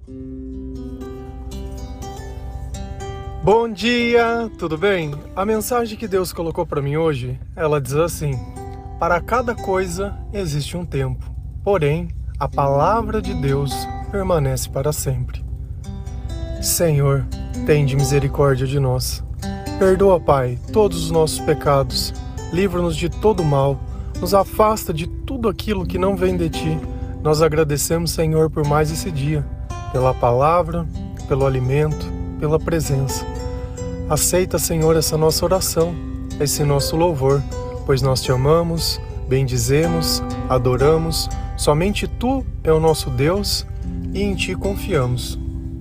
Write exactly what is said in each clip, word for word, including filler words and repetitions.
Bom dia, tudo bem? A mensagem que Deus colocou para mim hoje, ela diz assim: para cada coisa existe um tempo, porém a palavra de Deus permanece para sempre. Senhor, tende misericórdia de nós. Perdoa, Pai, todos os nossos pecados, livra-nos de todo mal, nos afasta de tudo aquilo que não vem de Ti. Nós agradecemos, Senhor, por mais esse dia, pela palavra, pelo alimento, pela presença. Aceita, Senhor, essa nossa oração, esse nosso louvor, pois nós Te amamos, bendizemos, adoramos. Somente Tu é o nosso Deus e em Ti confiamos.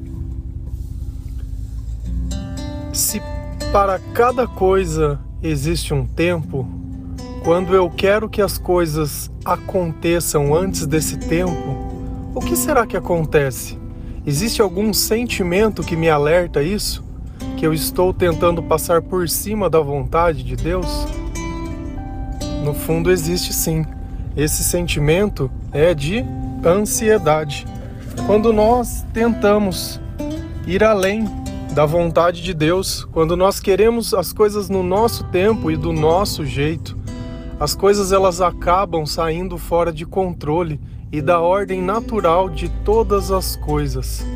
Se para cada coisa existe um tempo, quando eu quero que as coisas aconteçam antes desse tempo, o que será que acontece? Existe algum sentimento que me alerta isso? Que eu estou tentando passar por cima da vontade de Deus? No fundo existe sim. Esse sentimento é de ansiedade. Quando nós tentamos ir além da vontade de Deus, quando nós queremos as coisas no nosso tempo e do nosso jeito, as coisas elas acabam saindo fora de controle e da ordem natural de todas as coisas.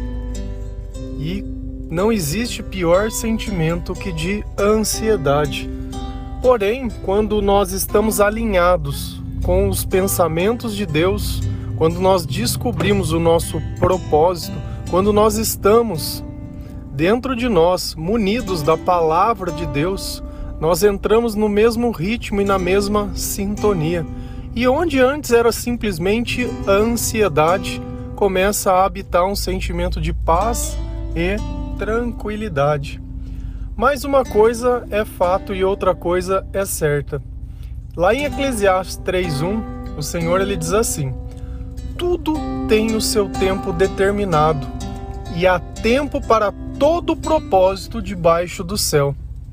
E não existe pior sentimento que de ansiedade. Porém, quando nós estamos alinhados com os pensamentos de Deus, quando nós descobrimos o nosso propósito, quando nós estamos dentro de nós, munidos da palavra de Deus, nós entramos no mesmo ritmo e na mesma sintonia. E onde antes era simplesmente ansiedade, começa a habitar um sentimento de paz e tranquilidade. Mas uma coisa é fato e outra coisa é certa. Lá em Eclesiastes três um, o Senhor ele diz assim: tudo tem o seu tempo determinado, e há tempo para todo propósito debaixo do céu.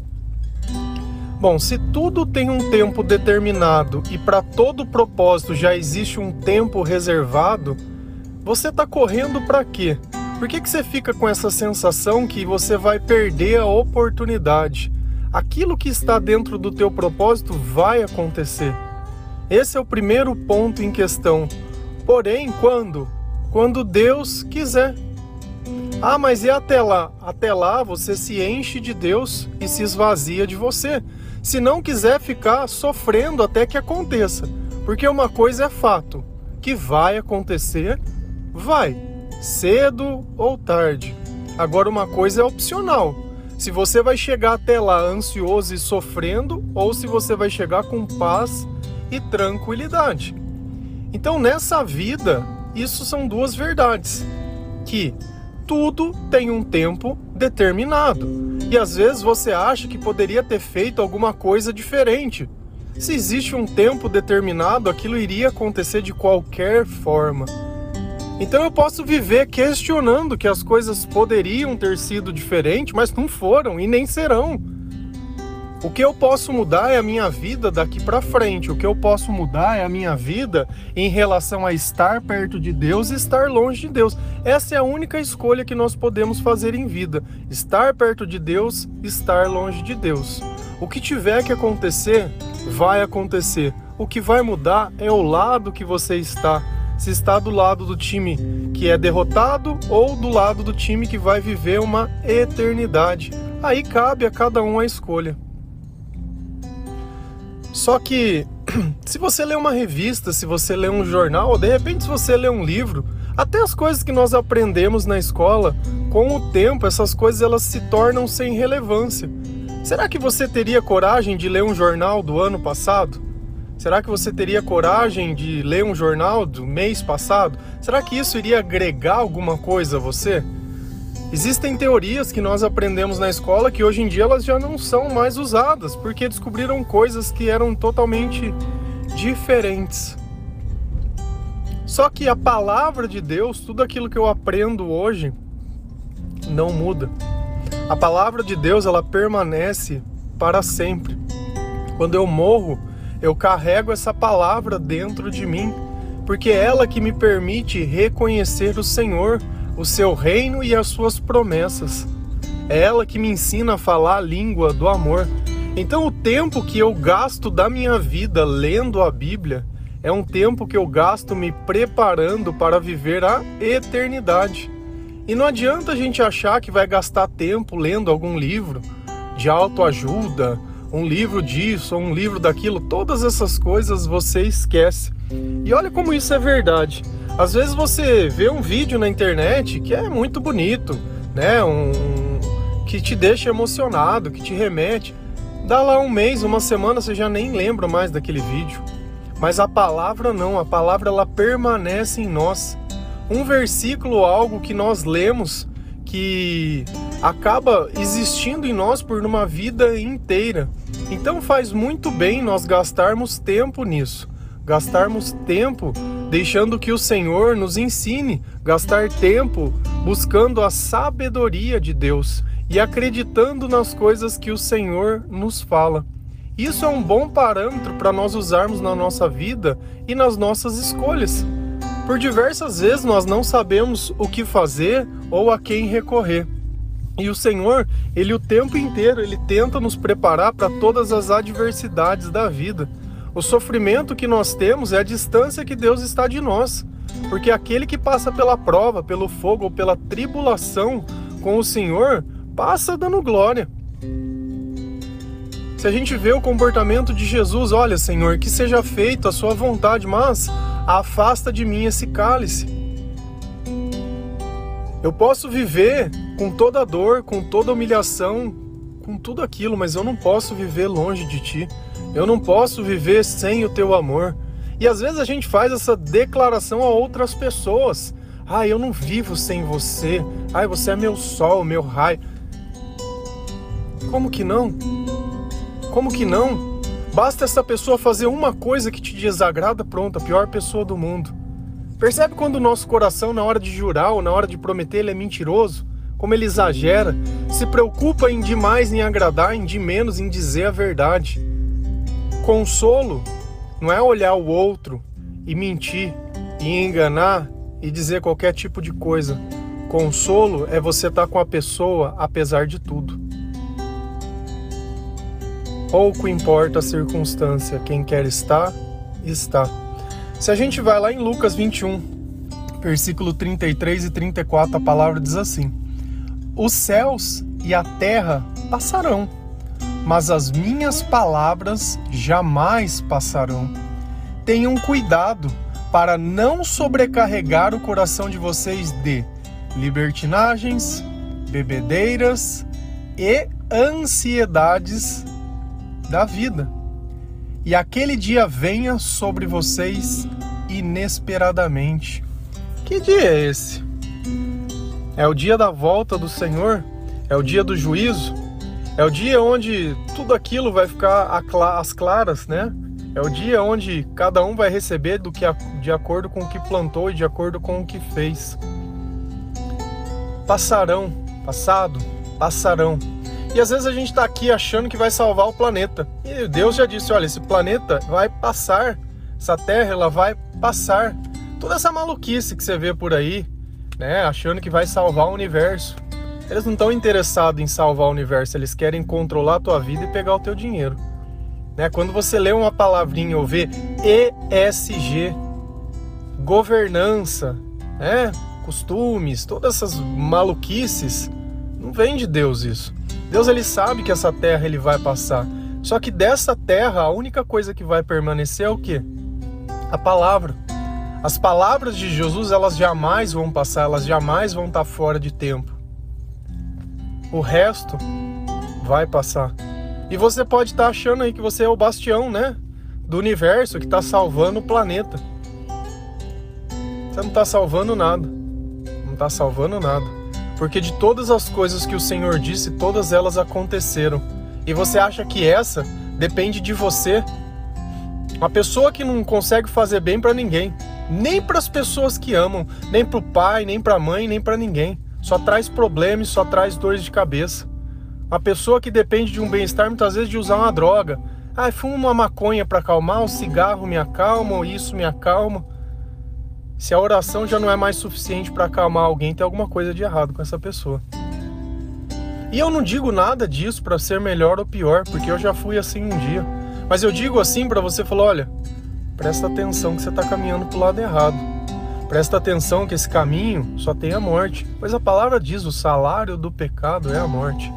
Bom, se tudo tem um tempo determinado e para todo propósito já existe um tempo reservado, você está correndo para quê? Por que que você fica com essa sensação que você vai perder a oportunidade? Aquilo que está dentro do teu propósito vai acontecer. Esse é o primeiro ponto em questão. Porém, quando? Quando Deus quiser. Ah, mas e até lá? Até lá você se enche de Deus e se esvazia de você. Se não quiser ficar sofrendo até que aconteça. Porque uma coisa é fato, que vai acontecer, vai. Cedo ou tarde. Agora uma coisa é opcional. Se você vai chegar até lá ansioso e sofrendo, ou se você vai chegar com paz e tranquilidade. Então nessa vida, isso são duas verdades. Que tudo tem um tempo determinado. E às vezes você acha que poderia ter feito alguma coisa diferente. Se existe um tempo determinado, aquilo iria acontecer de qualquer forma. Então eu posso viver questionando que as coisas poderiam ter sido diferentes, mas não foram e nem serão. O que eu posso mudar é a minha vida daqui para frente. O que eu posso mudar é a minha vida em relação a estar perto de Deus e estar longe de Deus. Essa é a única escolha que nós podemos fazer em vida. Estar perto de Deus, estar longe de Deus. O que tiver que acontecer, vai acontecer. O que vai mudar é o lado que você está. Se está do lado do time que é derrotado ou do lado do time que vai viver uma eternidade. Aí cabe a cada um a escolha. Só que, se você lê uma revista, se você lê um jornal, ou de repente se você lê um livro, até as coisas que nós aprendemos na escola, com o tempo essas coisas elas se tornam sem relevância. Será que você teria coragem de ler um jornal do ano passado? Será que você teria coragem de ler um jornal do mês passado? Será que isso iria agregar alguma coisa a você? Existem teorias que nós aprendemos na escola que hoje em dia elas já não são mais usadas, porque descobriram coisas que eram totalmente diferentes. Só que a palavra de Deus, tudo aquilo que eu aprendo hoje, não muda. A palavra de Deus, ela permanece para sempre. Quando eu morro, eu carrego essa palavra dentro de mim, porque é ela que me permite reconhecer o Senhor o seu reino e as suas promessas. É ela que me ensina a falar a língua do amor. Então o tempo que eu gasto da minha vida lendo a Bíblia é um tempo que eu gasto me preparando para viver a eternidade. E não adianta a gente achar que vai gastar tempo lendo algum livro de autoajuda, um livro disso, ou um livro daquilo. Todas essas coisas você esquece. E olha como isso é verdade. Às vezes você vê um vídeo na internet que é muito bonito, né? Um, que te deixa emocionado, que te remete. Dá lá um mês, uma semana, você já nem lembra mais daquele vídeo. Mas a palavra não, a palavra ela permanece em nós. Um versículo, algo que nós lemos, que acaba existindo em nós por uma vida inteira. Então faz muito bem nós gastarmos tempo nisso. Gastarmos tempo deixando que o Senhor nos ensine. Gastar tempo buscando a sabedoria de Deus e acreditando nas coisas que o Senhor nos fala. Isso é um bom parâmetro para nós usarmos na nossa vida e nas nossas escolhas. Por diversas vezes nós não sabemos o que fazer ou a quem recorrer. E o Senhor, Ele o tempo inteiro, Ele tenta nos preparar para todas as adversidades da vida. O sofrimento que nós temos é a distância que Deus está de nós. Porque aquele que passa pela prova, pelo fogo ou pela tribulação com o Senhor, passa dando glória. Se a gente vê o comportamento de Jesus, olha, Senhor, que seja feita a sua vontade, mas afasta de mim esse cálice. Eu posso viver com toda a dor, com toda a humilhação, com tudo aquilo, mas eu não posso viver longe de Ti. Eu não posso viver sem o Teu amor. E às vezes a gente faz essa declaração a outras pessoas. Ah, eu não vivo sem você. Ah, você é meu sol, meu raio. Como que não? Como que não? Basta essa pessoa fazer uma coisa que te desagrada, pronto, a pior pessoa do mundo. Percebe quando o nosso coração, na hora de jurar ou na hora de prometer, ele é mentiroso? Como ele exagera, se preocupa em demais em agradar, em de menos em dizer a verdade. Consolo não é olhar o outro e mentir, e enganar e dizer qualquer tipo de coisa. Consolo é você estar com a pessoa apesar de tudo. Pouco importa a circunstância, quem quer estar, está. Se a gente vai lá em Lucas vinte e um, versículo trinta e três e trinta e quatro, a palavra diz assim: os céus e a terra passarão, mas as minhas palavras jamais passarão. Tenham cuidado para não sobrecarregar o coração de vocês de libertinagens, bebedeiras e ansiedades da vida. E aquele dia venha sobre vocês inesperadamente. Que dia é esse? É o dia da volta do Senhor? É o dia do juízo? É o dia onde tudo aquilo vai ficar às claras, né? É o dia onde cada um vai receber do que, de acordo com o que plantou e de acordo com o que fez. Passarão, passado, passarão. E às vezes a gente está aqui achando que vai salvar o planeta. E Deus já disse, olha, esse planeta vai passar, essa terra ela vai passar. Toda essa maluquice que você vê por aí, né, achando que vai salvar o universo. Eles não estão interessados em salvar o universo, eles querem controlar a tua vida e pegar o teu dinheiro. Né? Quando você lê uma palavrinha ou vê E S G, governança, né, costumes, todas essas maluquices, não vem de Deus isso. Deus ele sabe que essa terra ele vai passar. Só que dessa terra a única coisa que vai permanecer é o quê? A palavra. As palavras de Jesus elas jamais vão passar, elas jamais vão estar fora de tempo. O resto vai passar. E você pode estar achando aí que você é o bastião, né, do universo que está salvando o planeta. Você não está salvando nada. Não está salvando nada. Porque de todas as coisas que o Senhor disse, todas elas aconteceram. E você acha que essa depende de você? Uma pessoa que não consegue fazer bem para ninguém, nem para as pessoas que amam, nem para o pai, nem para a mãe, nem para ninguém. Só traz problemas, só traz dores de cabeça. Uma pessoa que depende de um bem-estar, muitas vezes de usar uma droga. Ah, fumo uma maconha para acalmar, um cigarro me acalma, ou isso me acalma. Se a oração já não é mais suficiente para acalmar alguém, tem alguma coisa de errado com essa pessoa. E eu não digo nada disso para ser melhor ou pior, porque eu já fui assim um dia. Mas eu digo assim para você falar, olha, presta atenção que você está caminhando para o lado errado. Presta atenção que esse caminho só tem a morte. Pois a palavra diz, o salário do pecado é a morte.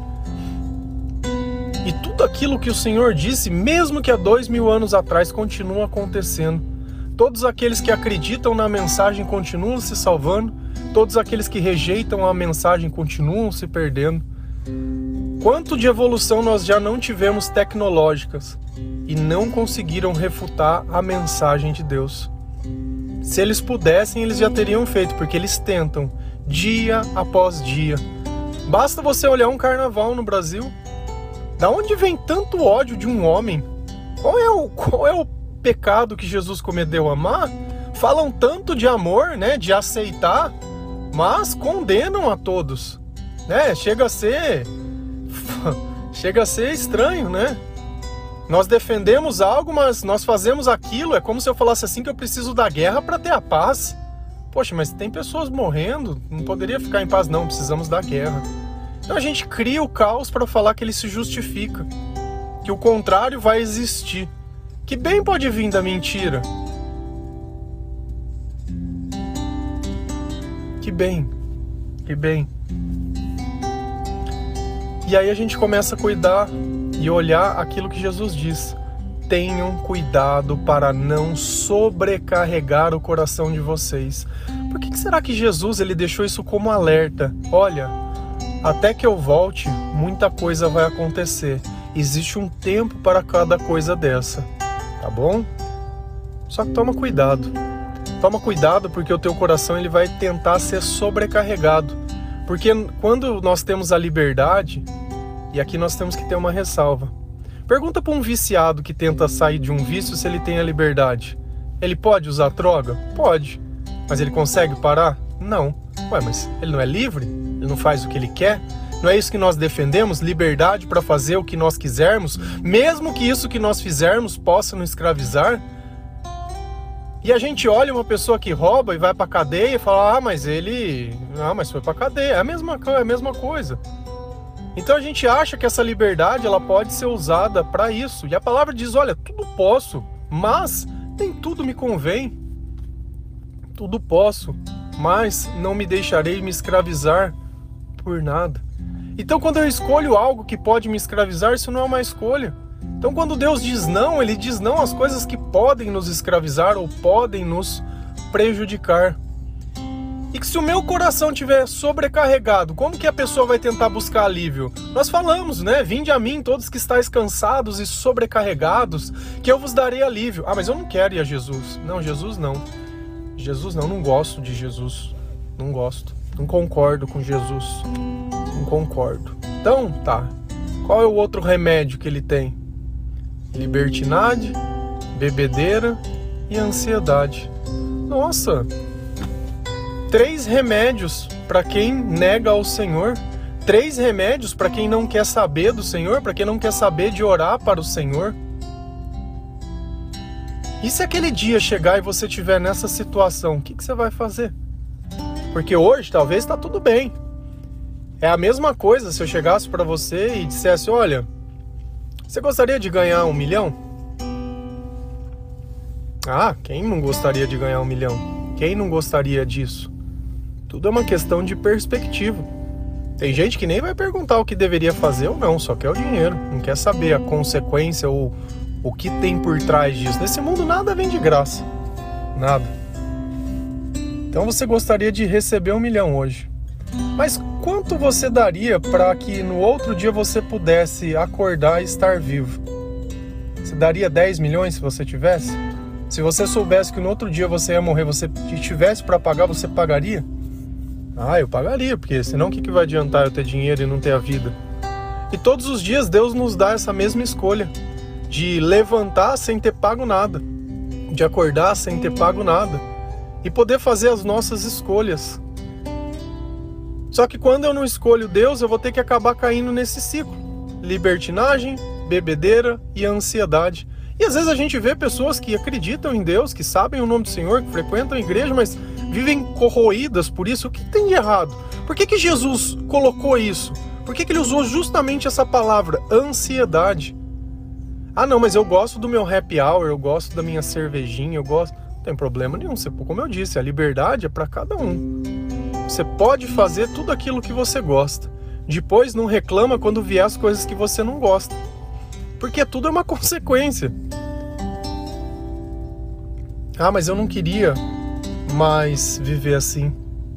E tudo aquilo que o Senhor disse, mesmo que há dois mil anos atrás, continua acontecendo. Todos aqueles que acreditam na mensagem continuam se salvando. Todos aqueles que rejeitam a mensagem continuam se perdendo. Quanto de evolução nós já não tivemos tecnológicas e não conseguiram refutar a mensagem de Deus? Se eles pudessem, eles já teriam feito, porque eles tentam, dia após dia. Basta você olhar um carnaval no Brasil. Da onde vem tanto ódio de um homem? Qual é o, qual é o pecado que Jesus cometeu? Amar? Falam tanto de amor, né, de aceitar, mas condenam a todos, né? Chega a ser chega a ser estranho, né? Nós defendemos algo, mas nós fazemos aquilo. É como se eu falasse assim que eu preciso da guerra para ter a paz. Poxa, mas tem pessoas morrendo, não poderia ficar em paz, não, precisamos da guerra. Então a gente cria o caos para falar que ele se justifica, que o contrário vai existir. Que bem pode vir da mentira? Que bem, que bem. E aí a gente começa a cuidar e olhar aquilo que Jesus diz. Tenham cuidado para não sobrecarregar o coração de vocês. Por que será que Jesus ele deixou isso como alerta? Olha, até que eu volte, muita coisa vai acontecer. Existe um tempo para cada coisa dessa, tá bom? Só que toma cuidado. Toma cuidado porque o teu coração ele vai tentar ser sobrecarregado. Porque quando nós temos a liberdade, e aqui nós temos que ter uma ressalva. Pergunta para um viciado que tenta sair de um vício se ele tem a liberdade. Ele pode usar droga? Pode. Mas ele consegue parar? Não. Ué, mas ele não é livre? Ele não faz o que ele quer? Não é isso que nós defendemos? Liberdade para fazer o que nós quisermos, mesmo que isso que nós fizermos possa nos escravizar? E a gente olha uma pessoa que rouba e vai para cadeia e fala, ah, mas ele... Ah, mas foi para cadeia. É a mesma, é a mesma coisa. Então a gente acha que essa liberdade ela pode ser usada para isso. E a palavra diz, olha, tudo posso, mas nem tudo me convém. Tudo posso, mas não me deixarei me escravizar por nada. Então quando eu escolho algo que pode me escravizar, isso não é uma escolha. Então quando Deus diz não, Ele diz não às coisas que podem nos escravizar ou podem nos prejudicar. E que se o meu coração estiver sobrecarregado, como que a pessoa vai tentar buscar alívio? Nós falamos, né? Vinde a mim todos que estáis cansados e sobrecarregados, que eu vos darei alívio. Ah, mas eu não quero ir a Jesus. Não, Jesus não. Jesus não, não gosto de Jesus. Não gosto. Não concordo com Jesus. Não concordo. Então, tá. Qual é o outro remédio que ele tem? Libertinagem, bebedeira e ansiedade. Nossa! Três remédios para quem nega ao Senhor. Três remédios para quem não quer saber do Senhor, para quem não quer saber de orar para o Senhor. E se aquele dia chegar e você estiver nessa situação, o que, que você vai fazer? Porque hoje talvez está tudo bem. É a mesma coisa se eu chegasse para você e dissesse, olha, você gostaria de ganhar um milhão? Ah, quem não gostaria de ganhar um milhão? Quem não gostaria disso? Tudo é uma questão de perspectiva. Tem gente que nem vai perguntar o que deveria fazer ou não, só quer o dinheiro. Não quer saber a consequência ou o que tem por trás disso. Nesse mundo nada vem de graça. Nada. Então você gostaria de receber um milhão hoje. Mas quanto você daria para que no outro dia você pudesse acordar e estar vivo? Você daria dez milhões se você tivesse? Se você soubesse que no outro dia você ia morrer, você tivesse para pagar, você pagaria? Ah, eu pagaria, porque senão o que, que vai adiantar eu ter dinheiro e não ter a vida? E todos os dias Deus nos dá essa mesma escolha, de levantar sem ter pago nada, de acordar sem ter pago nada, e poder fazer as nossas escolhas. Só que quando eu não escolho Deus, eu vou ter que acabar caindo nesse ciclo. Libertinagem, bebedeira e ansiedade. E às vezes a gente vê pessoas que acreditam em Deus, que sabem o nome do Senhor, que frequentam a igreja, mas vivem corroídas por isso. O que tem de errado? Por que que Jesus colocou isso? Por que que ele usou justamente essa palavra, ansiedade? Ah não, mas eu gosto do meu happy hour, eu gosto da minha cervejinha, eu gosto... Não tem problema nenhum, como eu disse, a liberdade é para cada um. Você pode fazer tudo aquilo que você gosta. Depois não reclama quando vier as coisas que você não gosta. Porque tudo é uma consequência. Ah, mas eu não queria mais viver assim.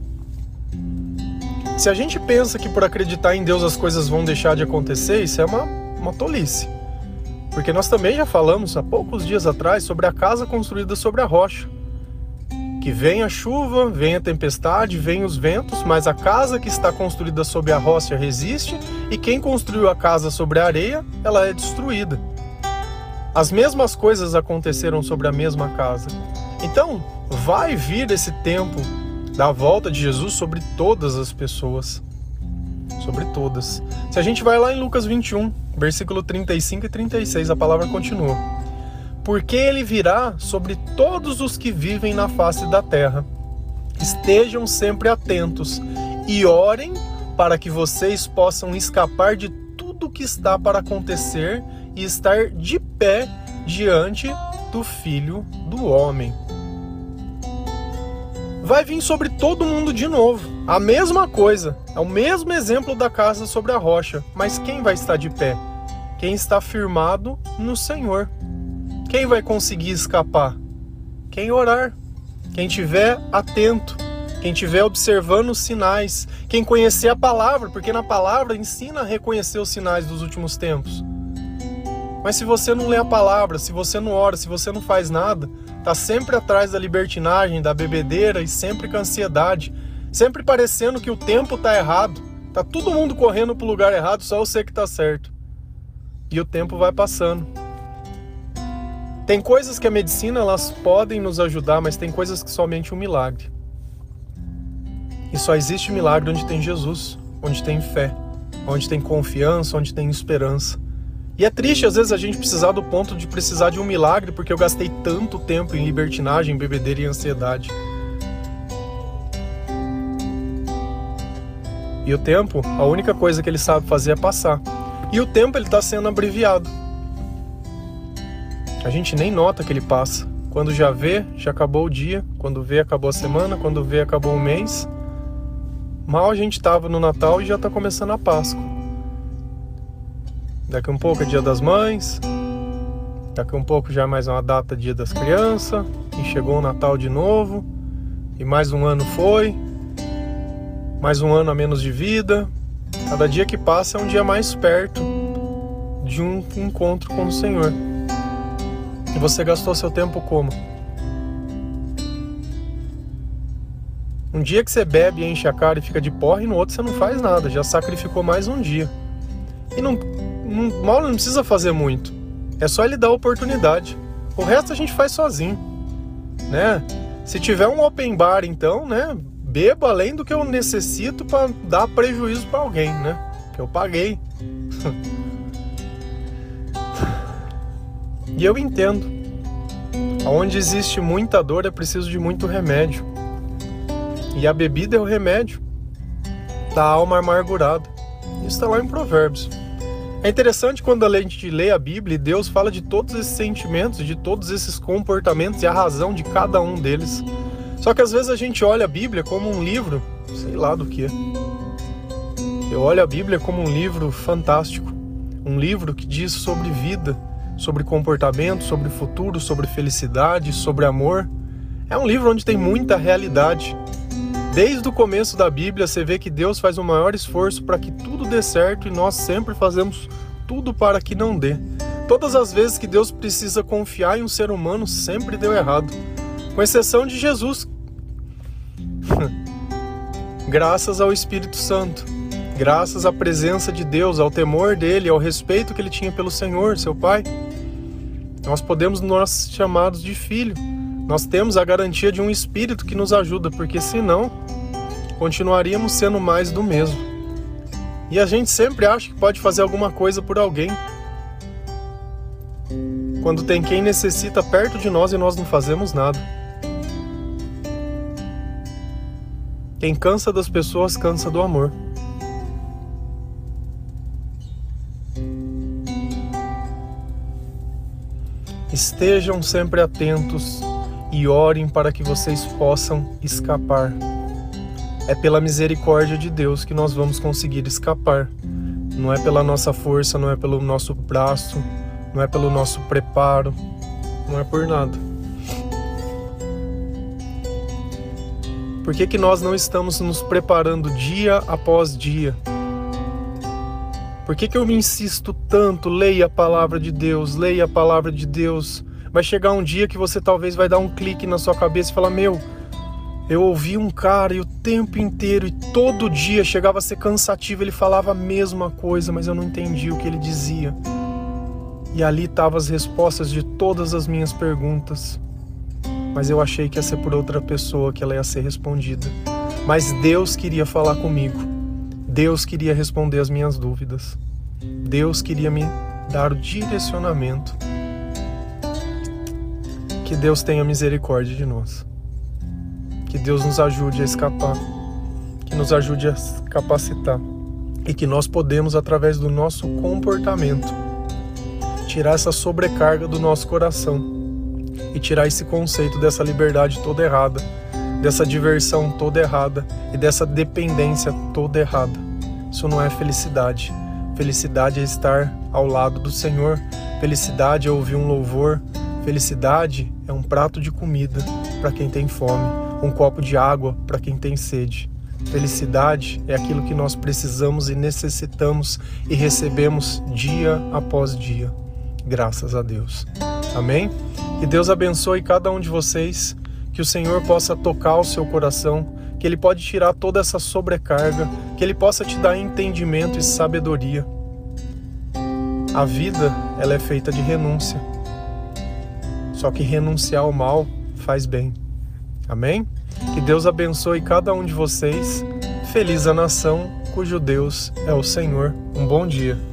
Se a gente pensa que por acreditar em Deus as coisas vão deixar de acontecer, isso é uma, uma tolice. Porque nós também já falamos há poucos dias atrás sobre a casa construída sobre a rocha. Que vem a chuva, vem a tempestade, vem os ventos, mas a casa que está construída sobre a rocha resiste, e quem construiu a casa sobre a areia, ela é destruída. As mesmas coisas aconteceram sobre a mesma casa. Então, vai vir esse tempo da volta de Jesus sobre todas as pessoas. Sobre todas. Se a gente vai lá em Lucas vinte e um, versículo trinta e cinco e trinta e seis, a palavra continua. Porque ele virá sobre todos os que vivem na face da terra. Estejam sempre atentos e orem para que vocês possam escapar de tudo que está para acontecer e estar de pé diante do Filho do Homem. Vai vir sobre todo mundo de novo. A mesma coisa. É o mesmo exemplo da casa sobre a rocha. Mas quem vai estar de pé? Quem está firmado no Senhor. Quem vai conseguir escapar? Quem orar. Quem estiver atento. Quem estiver observando os sinais. Quem conhecer a palavra, porque na palavra ensina a reconhecer os sinais dos últimos tempos. Mas se você não lê a palavra, se você não ora, se você não faz nada, tá sempre atrás da libertinagem, da bebedeira e sempre com ansiedade, sempre parecendo que o tempo tá errado, tá todo mundo correndo pro lugar errado, só você que tá certo. E o tempo vai passando. Tem coisas que a medicina, elas podem nos ajudar, mas tem coisas que somente um milagre. E só existe milagre onde tem Jesus, onde tem fé, onde tem confiança, onde tem esperança. E é triste às vezes a gente precisar do ponto de precisar de um milagre porque eu gastei tanto tempo em libertinagem, bebedeira e ansiedade. E o tempo, a única coisa que ele sabe fazer é passar. E o tempo ele está sendo abreviado. A gente nem nota que ele passa. Quando já vê, já acabou o dia. Quando vê, acabou a semana. Quando vê, acabou o mês. Mal a gente estava no Natal e já está começando a Páscoa. Daqui um pouco é Dia das Mães, daqui um pouco já é mais uma data Dia das Crianças, e chegou o Natal de novo, e mais um ano foi, mais um ano a menos de vida. Cada dia que passa é um dia mais perto de um encontro com o Senhor. E você gastou seu tempo como? Um dia que você bebe, enche a cara e fica de porra, e no outro você não faz nada, já sacrificou mais um dia. E não... Não, mal não precisa fazer muito. É só ele dar a oportunidade. O resto a gente faz sozinho, né? Se tiver um open bar, então, né? Beba além do que eu necessito para dar prejuízo para alguém, né? Que eu paguei. E eu entendo. Onde existe muita dor é preciso de muito remédio. E a bebida é o remédio da alma amargurada. Isso está lá em Provérbios. É interessante quando a gente lê a Bíblia e Deus fala de todos esses sentimentos, de todos esses comportamentos e a razão de cada um deles. Só que às vezes a gente olha a Bíblia como um livro, sei lá do que. Eu olho a Bíblia como um livro fantástico. Um livro que diz sobre vida, sobre comportamento, sobre futuro, sobre felicidade, sobre amor. É um livro onde tem muita realidade. Desde o começo da Bíblia você vê que Deus faz o maior esforço para que tudo dê certo e nós sempre fazemos tudo para que não dê. Todas as vezes que Deus precisa confiar em um ser humano, sempre deu errado. Com exceção de Jesus. Graças ao Espírito Santo. Graças à presença de Deus, ao temor dele, ao respeito que ele tinha pelo Senhor, seu Pai. Nós podemos nós ser chamados de filho. Nós temos a garantia de um Espírito que nos ajuda, porque senão continuaríamos sendo mais do mesmo. E a gente sempre acha que pode fazer alguma coisa por alguém. quando tem quem necessita perto de nós e nós não fazemos nada. Quem cansa das pessoas, cansa do amor. Estejam sempre atentos e orem para que vocês possam escapar. É pela misericórdia de Deus que nós vamos conseguir escapar. Não é pela nossa força, não é pelo nosso braço, não é pelo nosso preparo, não é por nada. Por que que nós não estamos nos preparando dia após dia? Por que que eu me insisto tanto? Leia a palavra de Deus, leia a palavra de Deus. Vai chegar um dia que você talvez vai dar um clique na sua cabeça e falar: meu, eu ouvi um cara e o tempo inteiro e todo dia chegava a ser cansativo, ele falava a mesma coisa, mas eu não entendi o que ele dizia. E ali estavam as respostas de todas as minhas perguntas. Mas eu achei que ia ser por outra pessoa que ela ia ser respondida. Mas Deus queria falar comigo. Deus queria responder as minhas dúvidas. Deus queria me dar o direcionamento. Que Deus tenha misericórdia de nós. Que Deus nos ajude a escapar. Que nos ajude a capacitar. E que nós podemos, através do nosso comportamento, tirar essa sobrecarga do nosso coração. E tirar esse conceito dessa liberdade toda errada, dessa diversão toda errada e dessa dependência toda errada. Isso não é felicidade. Felicidade é estar ao lado do Senhor. Felicidade é ouvir um louvor. Felicidade é um prato de comida para quem tem fome, um copo de água para quem tem sede. Felicidade é aquilo que nós precisamos e necessitamos e recebemos dia após dia. Graças a Deus. Amém? Que Deus abençoe cada um de vocês, que o Senhor possa tocar o seu coração, que Ele pode tirar toda essa sobrecarga, que Ele possa te dar entendimento e sabedoria. A vida, ela é feita de renúncia. Só que renunciar ao mal faz bem. Amém? Que Deus abençoe cada um de vocês. Feliz a nação cujo Deus é o Senhor. Um bom dia.